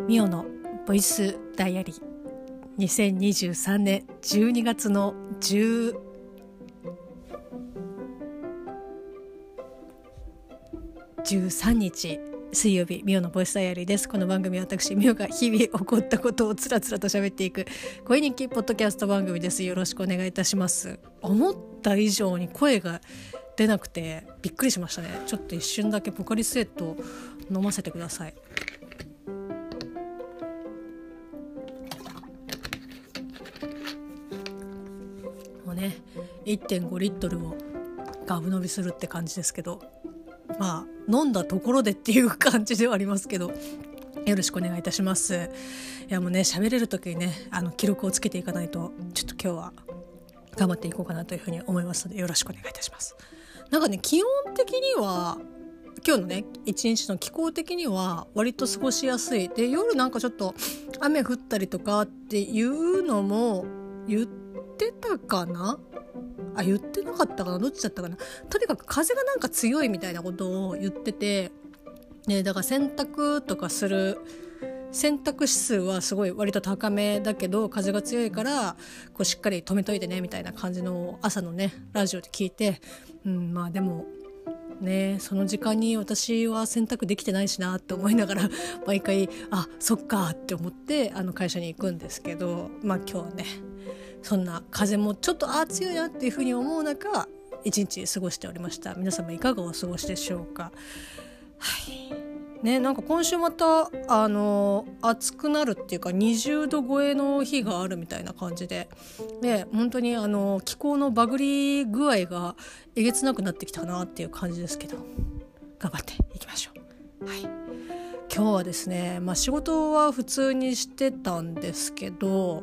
ミオのボイスダイアリー、2023年12月の13日水曜日、ミオのボイスダイアリーです。この番組は私ミオが日々起こったことをつらつらと喋っていく声日記ポッドキャスト番組です。よろしくお願いいたします。思った以上に声が出なくてびっくりしましたね。ちょっと一瞬だけポカリスエットを飲ませてください。もうね 1.5 リットルをガブ飲みするって感じですけど、まあ飲んだところでっていう感じではありますけど、よろしくお願いいたします。いやもうね、喋れる時にね記録をつけていかないと、ちょっと今日は頑張っていこうかなというふうに思いますので、よろしくお願いいたします。なんかね、気温的には今日のね一日の気候的には割と過ごしやすいで、夜なんかちょっと雨降ったりとかっていうのも言ってたかな、言ってなかったかな、どっちだったかな。とにかく風がなんか強いみたいなことを言ってて、ね、だから洗濯とかする洗濯指数はすごい割と高めだけど、風が強いからこうしっかり止めといてねみたいな感じの朝のねラジオで聞いて、まあでもね、その時間に私は洗濯できてないしなって思いながら毎回そっかって思って会社に行くんですけど、まあ今日はねそんな風もちょっと強いなっていうふうに思う中一日過ごしておりました。皆様いかがお過ごしでしょうか。はいね、なんか今週また暑くなるっていうか20度超えの日があるみたいな感じで、ね、本当に気候のバグり具合がえげつなくなってきたなっていう感じですけど、頑張っていきましょう。はい、今日はですね、仕事は普通にしてたんですけど、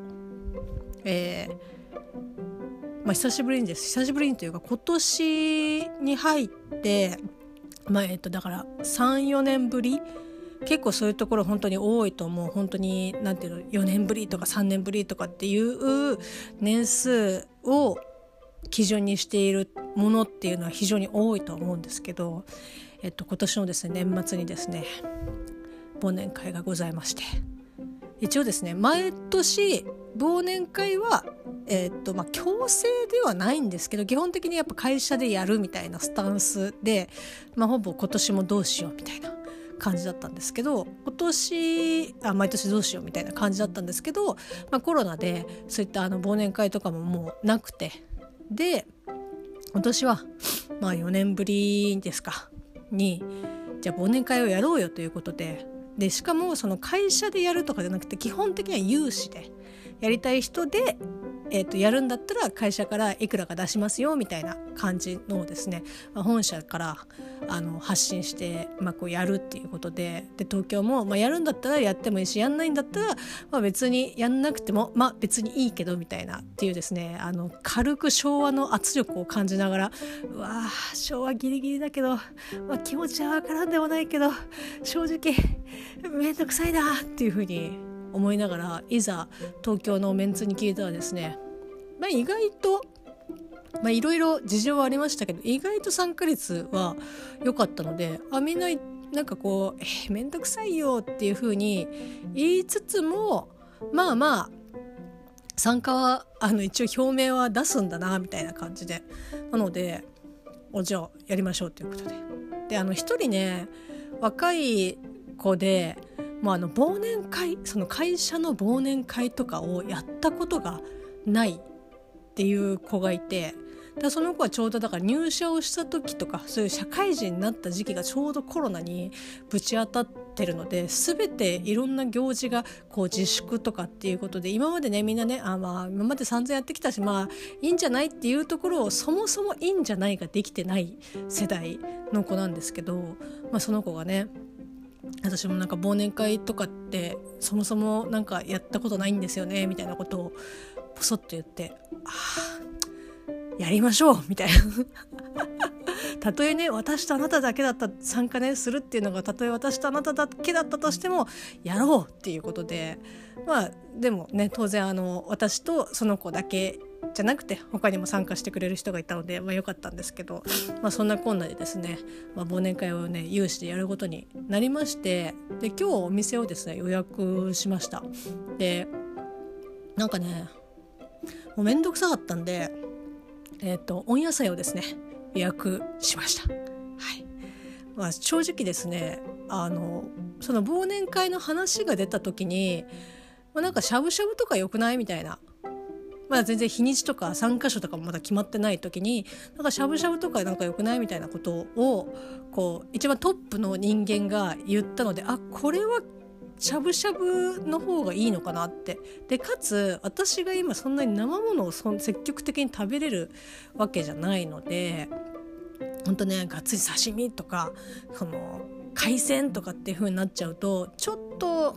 久しぶりにというか今年に入ってだから 3,4 年ぶり、結構そういうところ本当に多いと思う。本当になんていうの、4年ぶりとか3年ぶりとかっていう年数を基準にしているものっていうのは非常に多いと思うんですけど、今年のですね年末にですね忘年会がございまして、一応ですね毎年忘年会は強制ではないんですけど、基本的にやっぱ会社でやるみたいなスタンスで、ほぼ今年もどうしようみたいな感じだったんですけど、毎年どうしようみたいな感じだったんですけど、コロナでそういった忘年会とかももうなくて、で今年は4年ぶりですかに、じゃあ忘年会をやろうよということで、しかもその会社でやるとかじゃなくて、基本的には有志でやりたい人でやるんだったら会社からいくらか出しますよみたいな感じのですね、本社から発信して、こうやるっていうことで、東京も、やるんだったらやってもいいし、やんないんだったら、別にやんなくても別にいいけどみたいなっていうですね、軽く昭和の圧力を感じながら、昭和ギリギリだけど、気持ちはわからんでもないけど正直めんどくさいなっていうふうに思いながら、いざ東京のメンツに聞いたらですね、意外といろいろ事情はありましたけど、意外と参加率は良かったので、みんななんかこうめんどくさいよっていう風に言いつつも、参加は一応表明は出すんだなみたいな感じで、なのでじゃあやりましょうということで、一人ね若い子で忘年会、その会社の忘年会とかをやったことがないっていう子がいて、その子はちょうどだから入社をした時とか、そういう社会人になった時期がちょうどコロナにぶち当たってるので、全ていろんな行事がこう自粛とかっていうことで、今までねみんなね今まで散々やってきたしいいんじゃないっていうところを、そもそもいいんじゃないができてない世代の子なんですけど、その子がね、私もなんか忘年会とかってそもそもなんかやったことないんですよねみたいなことをポソッと言って、やりましょうみたいなたとえね私とあなただけだった参加ねするっていうのが、たとえ私とあなただけだったとしてもやろうっていうことで、でもね当然私とその子だけじゃなくて他にも参加してくれる人がいたので、良かったんですけど、そんなこんなでですね、忘年会をね有志でやることになりまして、で今日お店をですね予約しました。でなんかねもうめんどくさかったんで温野菜をですね予約しました。はい。正直ですねその忘年会の話が出た時に、なんかしゃぶしゃぶとか良くないみたいな、全然日にちとか3カ所とかもまだ決まってない時に、なんかしゃぶしゃぶとかなんか良くないみたいなことをこう一番トップの人間が言ったので、これはしゃぶしゃぶの方がいいのかなって。でかつ私が今そんなに生ものを積極的に食べれるわけじゃないので、ほんとねがっつり刺身とかその海鮮とかっていう風になっちゃうとちょっと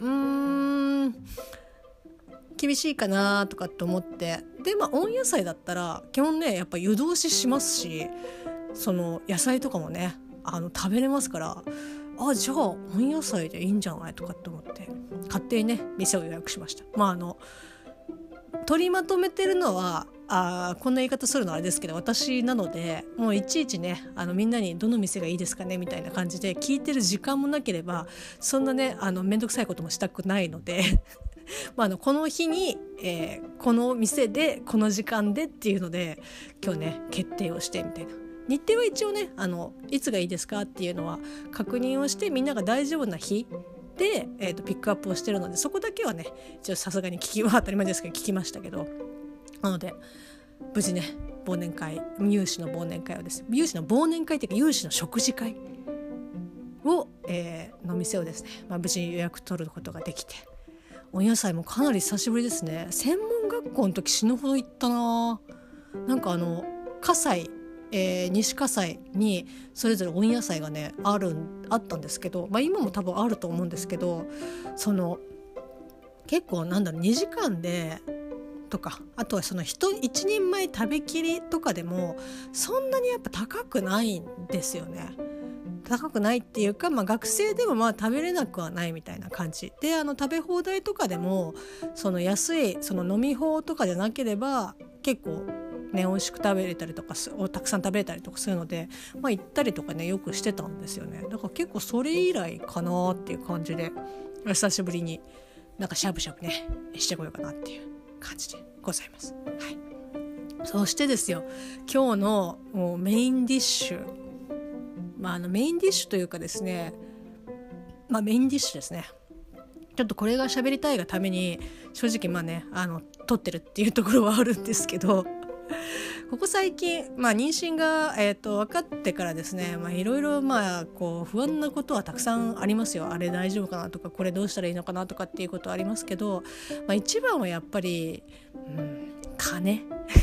厳しいかなとかって思って、で温野菜だったら基本ねやっぱ湯通ししますし、その野菜とかもね食べれますから、じゃあ温野菜でいいんじゃないとかって思って勝手にね店を予約しました。取りまとめてるのはこんな言い方するのはあれですけど私なので、もういちいちねみんなにどの店がいいですかねみたいな感じで聞いてる時間もなければ、そんなねめんどくさいこともしたくないのでこの日に、この店でこの時間でっていうので今日ね決定をしてみたいな。日程は一応ねいつがいいですかっていうのは確認をしてみんなが大丈夫な日で、ピックアップをしてるので、そこだけはね一応さすがに当たり前ですけど聞きましたけど、なので無事ね忘年会有志の忘年会をですね、有志の忘年会っていうか有志の食事会を、の店をですね、無事に予約取ることができて、温野菜もかなり久しぶりですね。専門学校の時死ぬほど行ったな。なんか葛西西葛西にそれぞれ温野菜がねあったんですけど、今も多分あると思うんですけど、その結構2時間でとか、あとはその一人前食べきりとかでもそんなにやっぱ高くないんですよね。高くないっていうか、学生でも食べれなくはないみたいな感じで、食べ放題とかでもその安いその飲み放とかじゃなければ結構ね美味しく食べれたりとかたくさん食べれたりとかするので、行ったりとかねよくしてたんですよね。だから結構それ以来かなっていう感じで、久しぶりになんかしゃぶしゃぶねしてこようかなっていう感じでございます。はい。そしてですよ、今日のもうメインディッシュ、メインディッシュというかですね、メインディッシュですね。ちょっとこれが喋りたいがために正直撮ってるっていうところはあるんですけど、ここ最近、妊娠が、分かってからですね、いろいろこう不安なことはたくさんありますよ。あれ大丈夫かなとか、これどうしたらいいのかなとかっていうことはありますけど、一番はやっぱり、金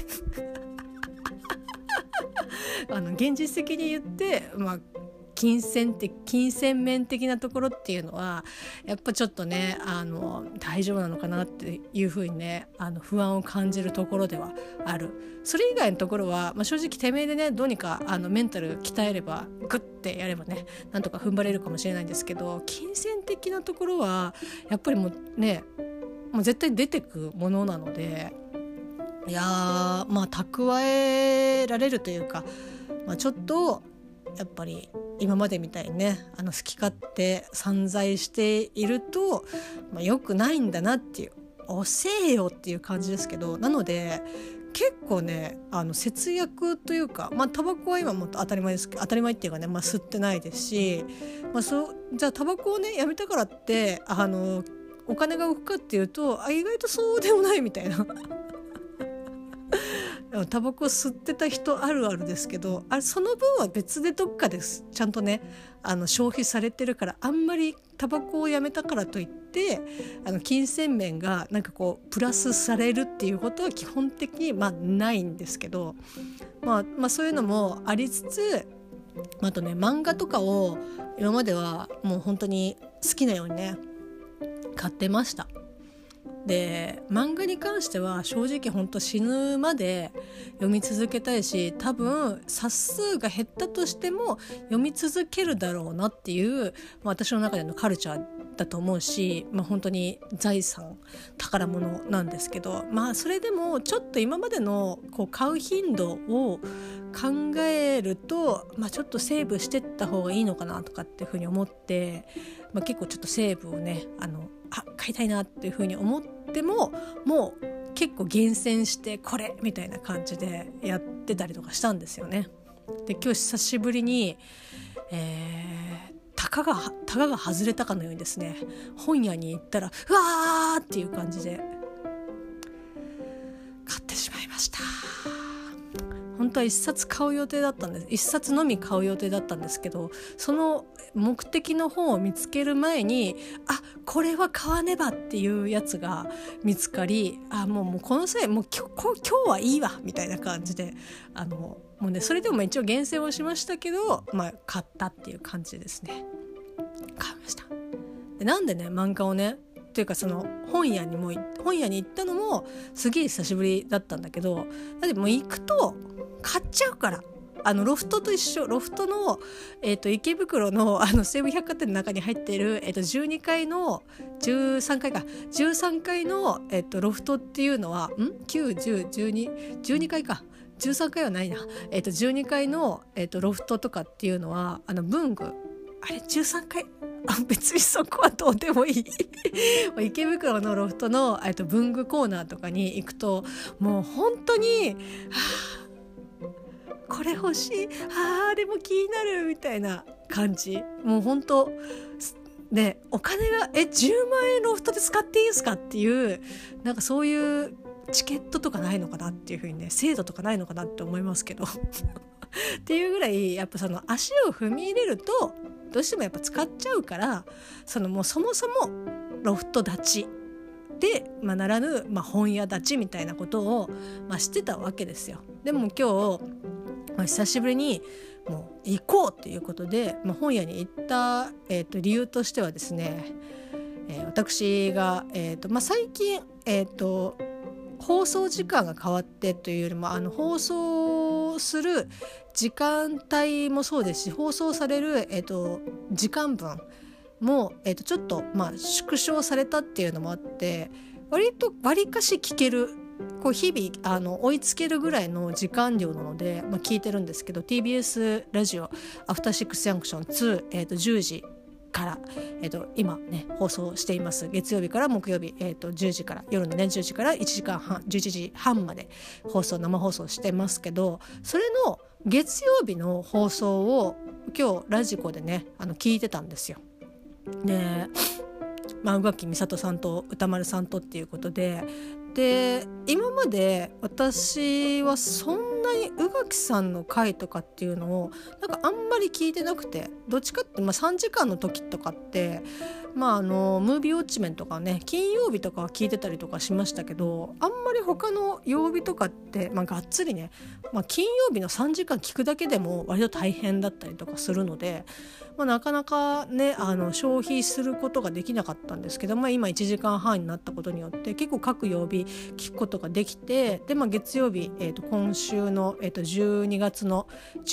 現実的に言って、金銭面的なところっていうのはやっぱちょっとね大丈夫なのかなっていうふうにね不安を感じるところではある。それ以外のところは、正直てめえでねどうにかメンタル鍛えればグッてやればねなんとか踏ん張れるかもしれないんですけど、金銭的なところはやっぱりもう絶対出てくものなので、いや蓄えられるというか、ちょっとやっぱり今までみたいにね好き勝手散財していると、良くないんだなっていう、遅えよっていう感じですけど、なので結構ね節約というか、タバコは今も当たり前ですけど、当たり前っていうかね、吸ってないですし、じゃあタバコをねやめたからってお金が浮くかっていうと意外とそうでもないみたいなタバコ吸ってた人あるあるですけど、その分は別でどっかですちゃんとね消費されてるから、あんまりタバコをやめたからといって金銭面がなんかこうプラスされるっていうことは基本的にないんですけど、そういうのもありつつ、あとね漫画とかを今まではもう本当に好きなようにね買ってました。で漫画に関しては正直本当死ぬまで読み続けたいし、多分冊数が減ったとしても読み続けるだろうなっていう、私の中でのカルチャーだと思うし、本当に財産宝物なんですけど、それでもちょっと今までの買う頻度を考えると、ちょっとセーブしてった方がいいのかなとかっていうふうに思って、結構ちょっとセーブをね買いたいなっていうふうに思っても、もう結構厳選してこれみたいな感じでやってたりとかしたんですよね。で今日久しぶりに、たかが外れたかのようにですね、本屋に行ったらうわーっていう感じで買ってしまいました。本当は一冊買う予定だったんです。一冊のみ買う予定だったんですけど、その目的の本を見つける前にこれは買わねばっていうやつが見つかり、もうこの際もう今日はいいわみたいな感じでもうね、それでも一応厳選をしましたけど、買ったっていう感じですね。買いました。でなんでね漫画をねというかその本屋に行ったのもすげえ久しぶりだったんだけど、だってもう行くと買っちゃうから、ロフトと一緒。ロフトの、池袋の西武百貨店の中に入っている、12階の13階の、ロフトっていうのは9、10、12階か、13階はないな、12階の、ロフトとかっていうのは文具13階別にそこはどうでもいい池袋のロフトの文具コーナーとかに行くと、もう本当にこれ欲しい、でも気になるみたいな感じ。もう本当ね、お金が10万円ロフトで使っていいですかっていう、なんかそういうチケットとかないのかなっていう風にね、制度とかないのかなって思いますけどっていうぐらいやっぱその足を踏み入れるとどうしてもやっぱ使っちゃうから、もうそもそもロフト立ちで、ならぬ、本屋立ちみたいなことを、してたわけですよ。でも今日、久しぶりにもう行こうっていうことで、本屋に行った、理由としてはですね、私が、最近、放送時間が変わってというよりも放送する時間帯もそうですし、放送される、時間分も、ちょっと縮小されたっていうのもあって、割かし聞ける、日々追いつけるぐらいの時間量なので、聞いてるんですけど、 TBS ラジオアフターシックスジャンクション2、10時から、今ね放送しています。月曜日から木曜日、10時から夜のね10時から1時間半11時半まで生放送してますけど、それの月曜日の放送を今日ラジコでね聞いてたんですよ。で宇垣美里さんと歌丸さんとっていうことで、今まで私はそんなに宇垣さんの回とかっていうのをあんまり聞いてなくて、どっちかって3時間の時とかってムービーウォッチメンとかね金曜日とかは聞いてたりとかしましたけど、あんまり他の曜日とかってがっつりね、金曜日の3時間聞くだけでも割と大変だったりとかするので、なかなかね消費することができなかったんですけど、今1時間半になったことによって結構各曜日聞くことができて、で、月曜日、今週の、12月の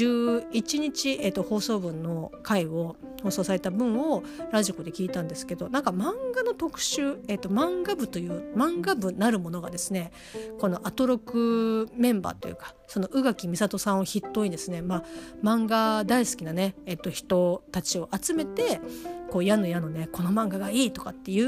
11日、放送分の回を放送された分をラジコで聞いたんですけど、漫画の特集、漫画部という漫画部なるものがですね、このアトロクメンバーというかその宇垣美里さんを筆頭にですね、漫画大好きなね、人たちを集めて矢のねこの漫画がいいとかっていう、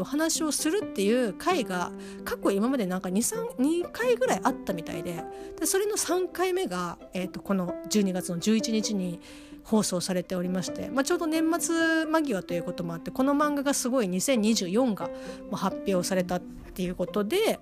話をするっていう回が過去今まで2回ぐらいあったみたいで、それの3回目が、この12月の11日に放送されておりまして、ちょうど年末間際ということもあって、この漫画がすごい2024が発表されたっていうことで、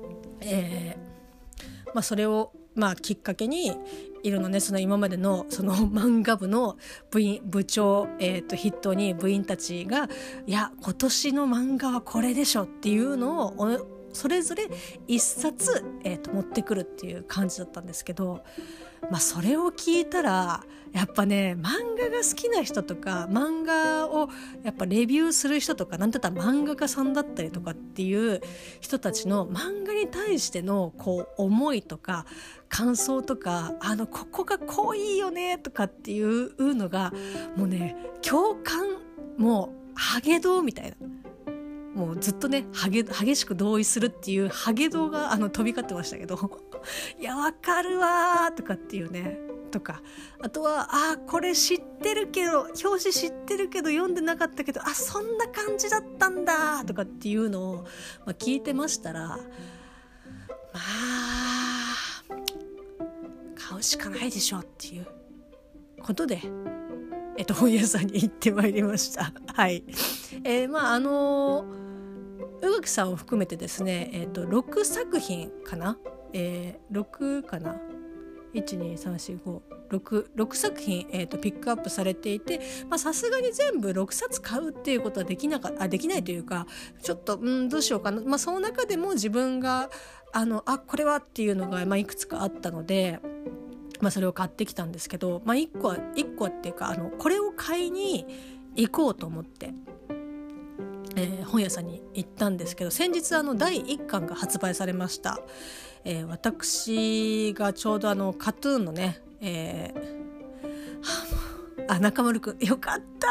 それをきっかけにいろんなねその今までのその漫画部の部長、筆頭に部員たちが、いや今年の漫画はこれでしょっていうのをそれぞれ一冊、持ってくるっていう感じだったんですけど、それを聞いたらやっぱね、漫画が好きな人とか漫画をやっぱレビューする人とか、なんて言ったら漫画家さんだったりとかっていう人たちの漫画に対しての思いとか感想とか、ここがこういいよねとかっていうのがもうね共感もハゲドウみたいな、もうずっとね激しく同意するっていうハゲドウが飛び交ってましたけどいやわかるわとかっていうね、とかあとはこれ知ってるけど表紙知ってるけど読んでなかったけどそんな感じだったんだとかっていうのを、聞いてましたら、買うしかないでしょっていうことで、本屋さんに行ってまいりましたはい。宇垣さんを含めてですね、6作品かな、6かな、1234566作品、ピックアップされていて、さすがに全部6冊買うっていうことはできないというか、ちょっとどうしようかな、その中でも自分がこれはっていうのが、いくつかあったので、それを買ってきたんですけど、1個はっていうかこれを買いに行こうと思って、本屋さんに行ったんですけど、先日第1巻が発売されました。私がちょうどカトゥーンのね、中丸くんよかった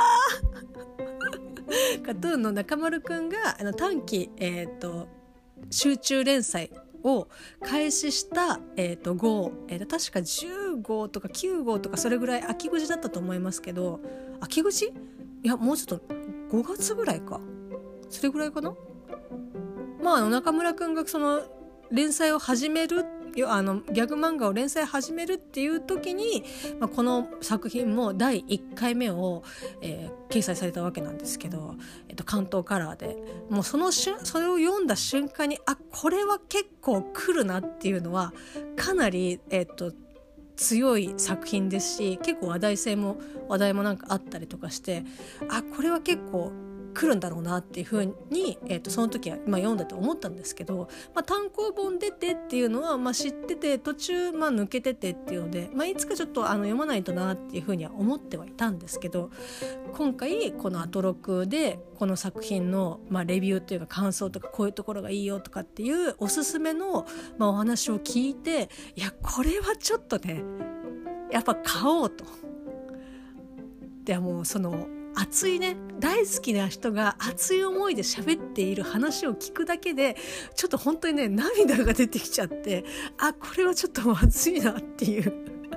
カトゥーンの中丸くんが短期、集中連載を開始した、号、確か10号とか9号とかそれぐらい秋口だったと思いますけど、秋口？いやもうちょっと5月ぐらいか、それぐらいかな。中村くんがその連載を始めるギャグ漫画を連載始めるっていう時に、この作品も第1回目を、掲載されたわけなんですけど、関東カラーでもうそれを読んだ瞬間にこれは結構来るなっていうのはかなり、強い作品ですし、結構話題もなんかあったりとかして、これは結構来るんだろうなっていうふうに、その時は読んだと思ったんですけど、単行本出てっていうのは知ってて、途中抜けててっていうので、いつかちょっと読まないとなっていうふうには思ってはいたんですけど、今回このアトロクでこの作品の、レビューというか感想とか、こういうところがいいよとかっていうおすすめの、お話を聞いて、いやこれはちょっとねやっぱ買おうと。でもうその熱いね、大好きな人が熱い思いで喋っている話を聞くだけでちょっと本当にね涙が出てきちゃって、これはちょっと熱いなっていう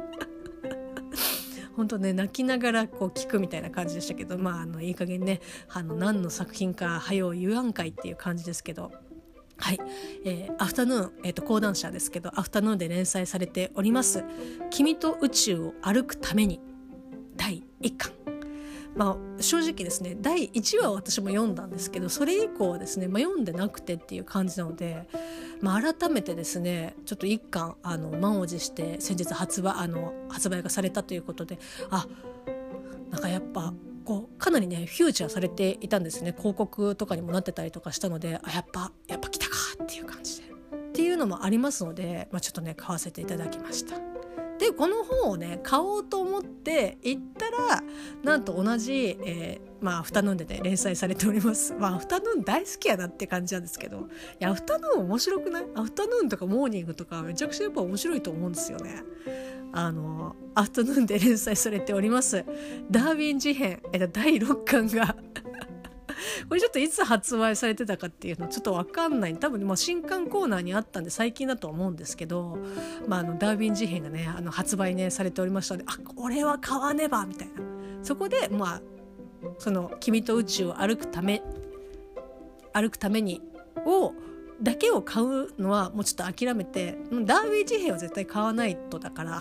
本当ね泣きながらこう聞くみたいな感じでしたけど、いい加減ね何の作品かはよ言わんかいっていう感じですけど、はい、アフタヌーン、講談社ですけど、アフタヌーンで連載されております君と宇宙を歩くために第1巻。正直ですね第1話は私も読んだんですけど、それ以降はですね、読んでなくてっていう感じなので、改めてですねちょっと1巻満を持して先日発売がされたということで、なんかやっぱこうかなりねフューチャーされていたんですね。広告とかにもなってたりとかしたので、やっぱ来たかっていう感じでっていうのもありますので、ちょっとね買わせていただきました。でこの本をね買おうと思って行ったら、なんと同じ、アフタヌーンでね連載されております。アフタヌーン大好きやなって感じなんですけど、アフタヌーン面白くない？アフタヌーンとかモーニングとかめちゃくちゃやっぱ面白いと思うんですよね。アフタヌーンで連載されておりますダーウィン事変、第6巻がこれちょっといつ発売されてたかっていうのちょっと分かんない、多分新刊コーナーにあったんで最近だと思うんですけど、ダーウィン事変がね発売ねされておりましたので、これは買わねばみたいな、そこでその君と宇宙を歩くためにだけを買うのはもうちょっと諦めて、ダーウィン事変は絶対買わないとだから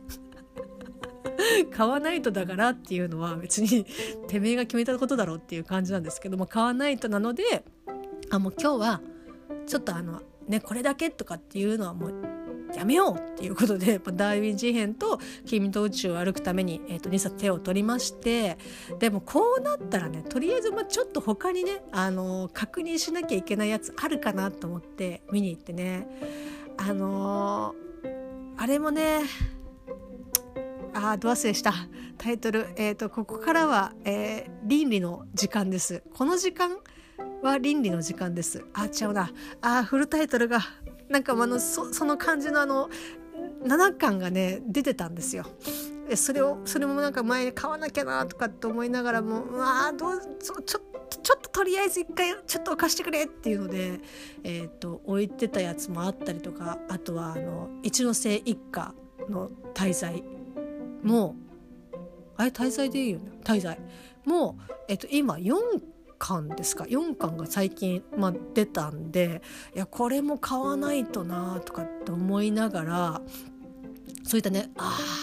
買わないとだからっていうのは別にてめえが決めたことだろうっていう感じなんですけども、買わないとなのでもう今日はちょっとこれだけとかっていうのはもうやめようっていうことで、ダーウィン事変と君と宇宙を歩くために、2冊手を取りまして、でもこうなったらねとりあえずちょっと他にね確認しなきゃいけないやつあるかなと思って見に行ってね、あれもねど忘れしたタイトル、ここからは、倫理の時間です。この時間は倫理の時間です。違うな、フルタイトルがなんかその感じの7巻がね出てたんですよ。それもなんか前買わなきゃなとかって思いながらもちょっちょっととりあえず一回ちょっと貸してくれっていうので、置いてたやつもあったりとか、あとは一ノ瀬一家の滞在も滞在でいいよね、滞在も今4巻ですか、4巻が最近、出たんで、いやこれも買わないとなとかって思いながら、そういったね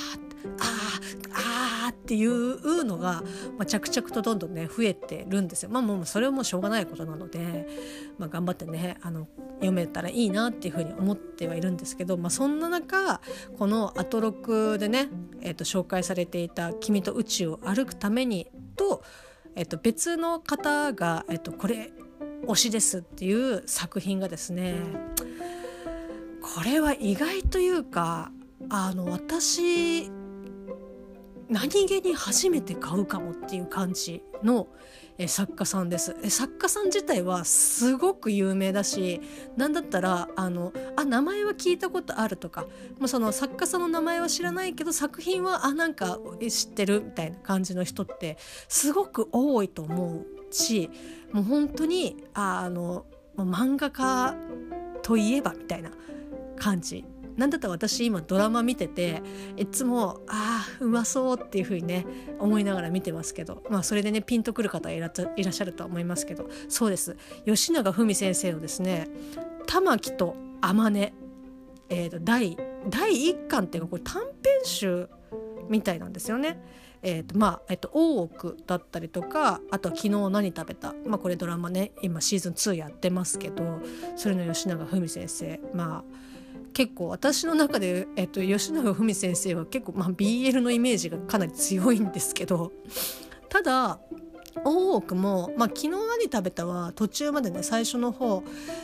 っていうのが、着々とどんどんね増えてるんですよ。もうそれはもうしょうがないことなので、頑張ってね読めたらいいなっていうふうに思ってはいるんですけど、そんな中このアトロクでね、紹介されていた君と宇宙を歩くためにと、別の方が、これ推しですっていう作品がですね、これは意外というか私何気に初めて買うかもっていう感じの作家さんです。作家さん自体はすごく有名だし、なんだったら名前は聞いたことあるとか、その作家さんの名前は知らないけど作品はなんか知ってるみたいな感じの人ってすごく多いと思うし、もう本当に漫画家といえばみたいな感じ。なんだったら私今ドラマ見てていつもうまそうっていう風にね思いながら見てますけど、それでねピンとくる方いらっしゃるとは思いますけど、そうです、吉永文先生のですね玉木と天音、第1巻っていうかこれ短編集みたいなんですよね。大奥だったりとか、あとは昨日何食べた、これドラマね今シーズン2やってますけど、それの吉永文先生、結構私の中で、吉永文先生は結構、BL のイメージがかなり強いんですけど、ただ大奥も、昨日何食べたは途中までね最初の方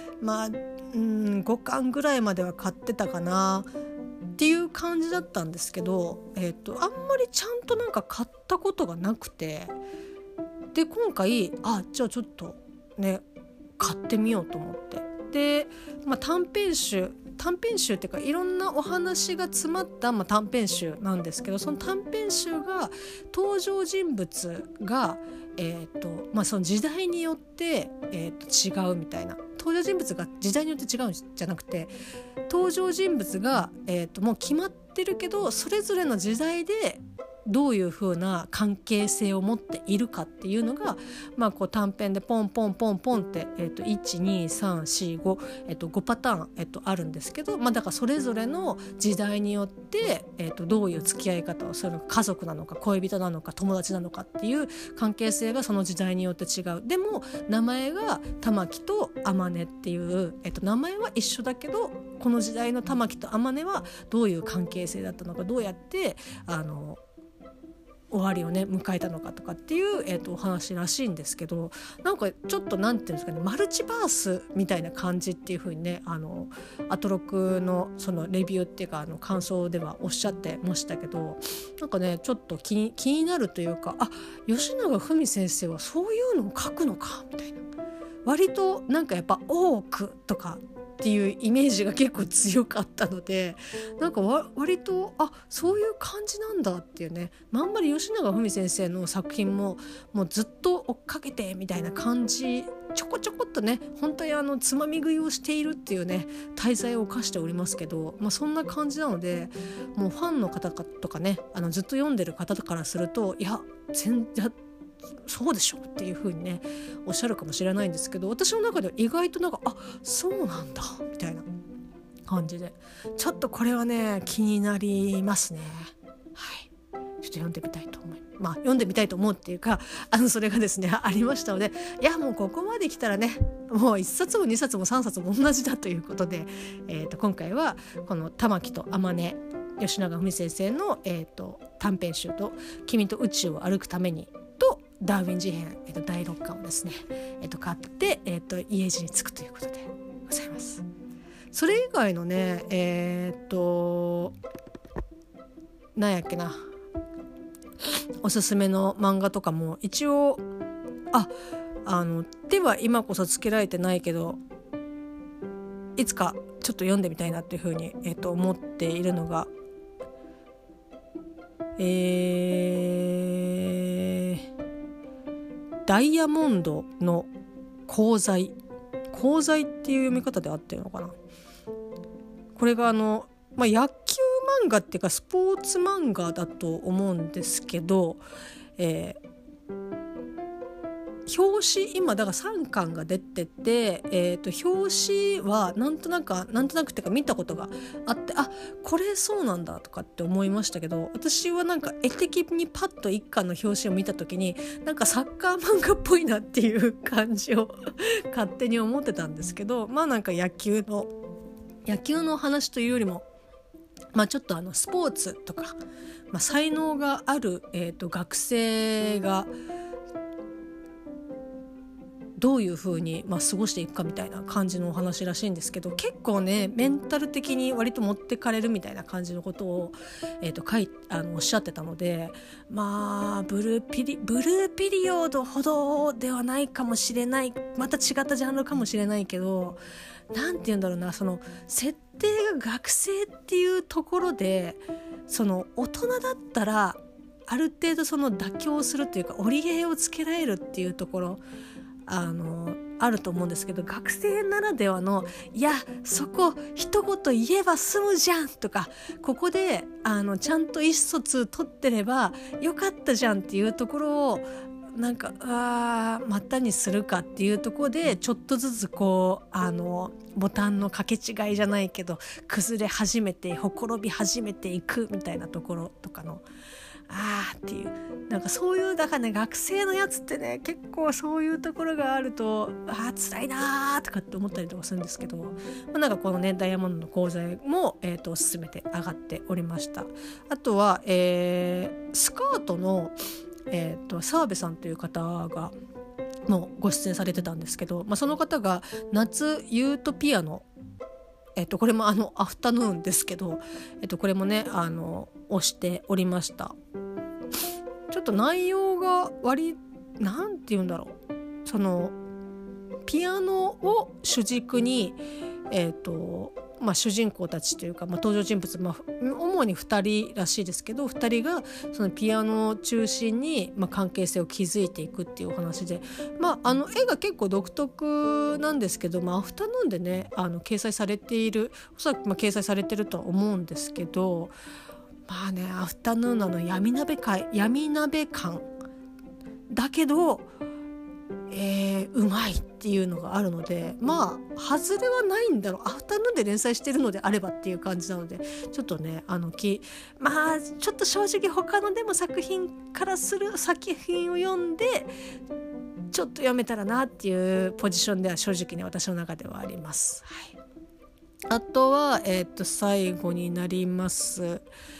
5巻ぐらいまでは買ってたかなっていう感じだったんですけど、あんまりちゃんとなんか買ったことがなくて、で今回じゃあちょっとね買ってみようと思って、で、短編集っていうかいろんなお話が詰まった、短編集なんですけど、その短編集が登場人物が、その時代によって、違うみたいな、登場人物が時代によって違うんじゃなくて、登場人物が、もう決まってるけどそれぞれの時代でどういう風な関係性を持っているかっていうのが、こう短編でポンポンポンポンって、1,2,3,4,5、5パターン、あるんですけど、だからそれぞれの時代によって、どういう付き合い方をするのか、家族なのか恋人なのか友達なのかっていう関係性がその時代によって違う。でも名前が玉木と天音っていう、名前は一緒だけどこの時代の玉木と天音はどういう関係性だったのか、どうやって終わりをね迎えたのかとかっていう、お話らしいんですけど、なんかちょっとなんていうんですかね、マルチバースみたいな感じっていう風にねアトロクのそのレビューっていうか感想ではおっしゃってましたけど、なんかねちょっと気になるというか、吉永文先生はそういうのを書くのかみたいな、割となんかやっぱ多くとかっていうイメージが結構強かったので、なんか割とそういう感じなんだっていうね、あんまり吉永文先生の作品もうずっと追っかけてみたいな感じ、ちょこちょこっとね本当につまみ食いをしているっていうね大罪を犯しておりますけど、そんな感じなので、もうファンの方とかねずっと読んでる方からするとそうでしょっていう風にねおっしゃるかもしれないんですけど、私の中では意外となんかそうなんだみたいな感じで、ちょっとこれはね気になりますね。はい、ちょっと読んでみたいと思い読んでみたいと思うっていうかそれがですねありましたので、いやもうここまで来たらねもう1冊も2冊も3冊も同じだということで、今回はこの玉木と天音、吉永文先生の、短編集と君と宇宙を歩くためにとダーウィン事変、第6巻をですね、買って、家路に着くということでございます。それ以外のねなんやっけな、おすすめの漫画とかも一応手は今こそつけられてないけどいつかちょっと読んでみたいなっていうふうに、思っているのがダイヤモンドの功罪っていう読み方で合ってるのかな。これが野球漫画っていうかスポーツ漫画だと思うんですけど、表紙今だから3巻が出てて、表紙はなんとなくっていうか見たことがあって、あ、これそうなんだとかって思いましたけど、私はなんか絵的にパッと1巻の表紙を見た時になんかサッカー漫画っぽいなっていう感じを勝手に思ってたんですけど、まあなんか野球の話というよりも、ちょっとスポーツとか、才能がある、学生がどういう風に過ごしていくかみたいな感じのお話らしいんですけど、結構ねメンタル的に割と持ってかれるみたいな感じのことを、おっしゃってたので、ブルーピリオドほどではないかもしれない、また違ったジャンルかもしれないけど、なんて言うんだろうな、その設定が学生っていうところで、その大人だったらある程度その妥協するというか折り合いをつけられるっていうところあると思うんですけど、学生ならではの、いやそこ一言言えば済むじゃんとか、ここでちゃんと意思疎通取ってればよかったじゃんっていうところをなんかまたにするかっていうところで、ちょっとずつこうボタンの掛け違いじゃないけど崩れ始めてほころび始めていくみたいなところとかのっていう、なんかそういうだからね、学生のやつってね結構そういうところがあると辛いなとかって思ったりとかするんですけど、なんかこのねダイヤモンドの功罪も、進めて上がっておりました。あとは、スカートの澤部さんという方がもうご出演されてたんですけど、その方が夏ユートピアのこれもアフタヌーンですけど、これもね推しておりました。ちょっと内容がなんて言うんだろう、そのピアノを主軸に主人公たちというか、登場人物、主に2人らしいですけど、2人がそのピアノを中心に、関係性を築いていくっていうお話で、絵が結構独特なんですけど、アフタヌーンでね掲載されている、おそらく掲載されてるとは思うんですけど、アフタヌーンの闇鍋感だけどうまいっていうのがあるので、外れはないんだろう、アフタヌーンで連載してるのであればっていう感じなので、ちょっとねちょっと正直他のでも作品を読んでちょっと読めたらなっていうポジションでは正直ね私の中ではあります。あとは最後になります、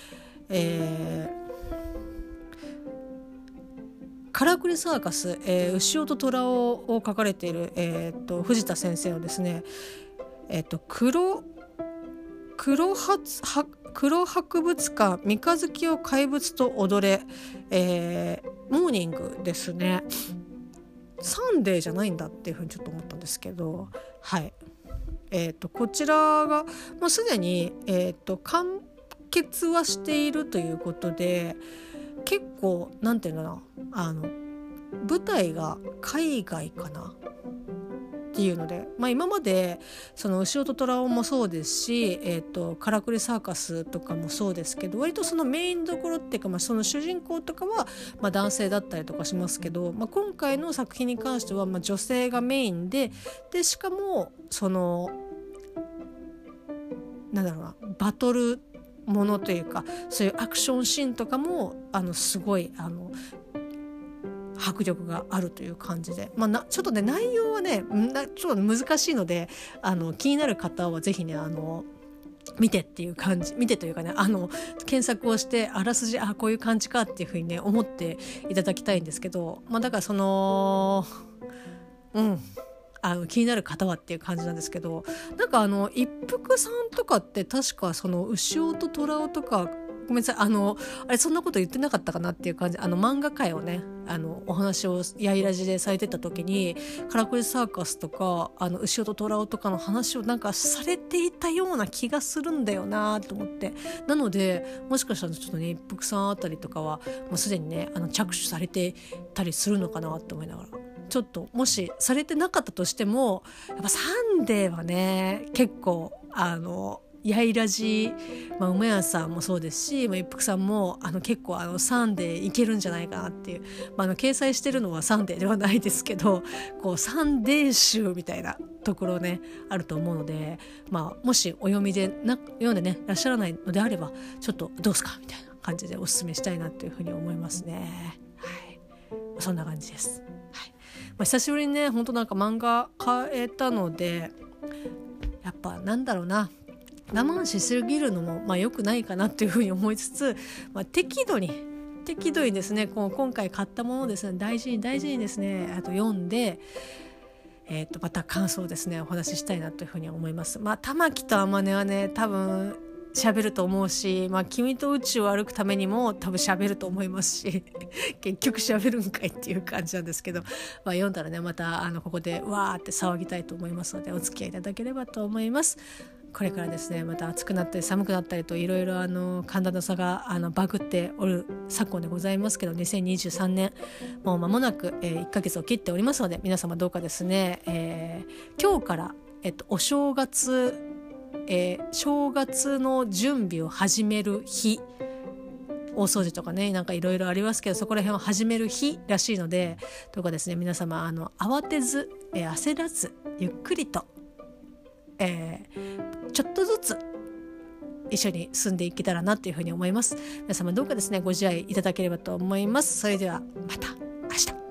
カラクリサーカス、牛尾と虎尾を書かれている、藤田先生のですね、黒博物館三日月を怪物と踊れ、モーニングですね。サンデーじゃないんだっていうふうにちょっと思ったんですけど、こちらがもうすでに、完結はしているということで、結構なんていうのかな、舞台が海外かなっていうので、今までその牛尾と虎尾もそうですし、カラクリサーカスとかもそうですけど、割とそのメインどころっていうか、その主人公とかは男性だったりとかしますけど、今回の作品に関しては女性がメインでしかもそのバトルものというか、そういうアクションシーンとかもすごい迫力があるという感じで、ちょっとね内容はねちょっと難しいので気になる方はぜひね見てというかね検索をしてあらすじこういう感じかっていうふうにね思っていただきたいんですけど、だからその気になる方はっていう感じなんですけど、一服さんとかって確かその牛尾と虎尾とか、ごめんなさいあれそんなこと言ってなかったかなっていう感じ、漫画界をねお話をやいらじでされてた時にカラクリサーカスとか牛尾と虎尾とかの話をされていたような気がするんだよなと思って、なのでもしかしたらちょっとね一服さんあたりとかはもうすでにね着手されてたりするのかなと思いながらちょっともしされてなかったとしても、やっぱサンデーはね結構やいらじ、梅屋さんもそうですし、一服さんも結構サンデーいけるんじゃないかなっていう、掲載してるのはサンデーではないですけど、こうサンデー集みたいなところねあると思うので、もしお読みで読んでねいらっしゃらないのであれば、ちょっとどうすかみたいな感じでおすすめしたいなというふうに思いますね。はい、そんな感じです。はい、久しぶりにね本当なんか漫画買えたので、やっぱなんだろうな、我慢しすぎるのも良くないかなというふうに思いつつ、適度にですね、今回買ったものをですね大事にですね読んで、また感想をですねお話ししたいなというふうに思います。玉木と天音はね多分喋ると思うし、君と宇宙を歩くためにも多分喋ると思いますし結局喋るんかいっていう感じなんですけど、読んだらねまたここでわーって騒ぎたいと思いますので、お付き合いいただければと思います。これからですねまた暑くなったり寒くなったりといろいろ寒暖の差がバグっておる昨今でございますけど、2023年もう間もなく、1ヶ月を切っておりますので、皆様どうかですね、今日から、お正月、正月の準備を始める日、大掃除とかねなんかいろいろありますけど、そこら辺を始める日らしいので、どうかですね皆様慌てず、焦らずゆっくりと、ちょっとずつ一緒に進んでいけたらなというふうに思います。皆様どうかですねご自愛いただければと思います。それではまた明日。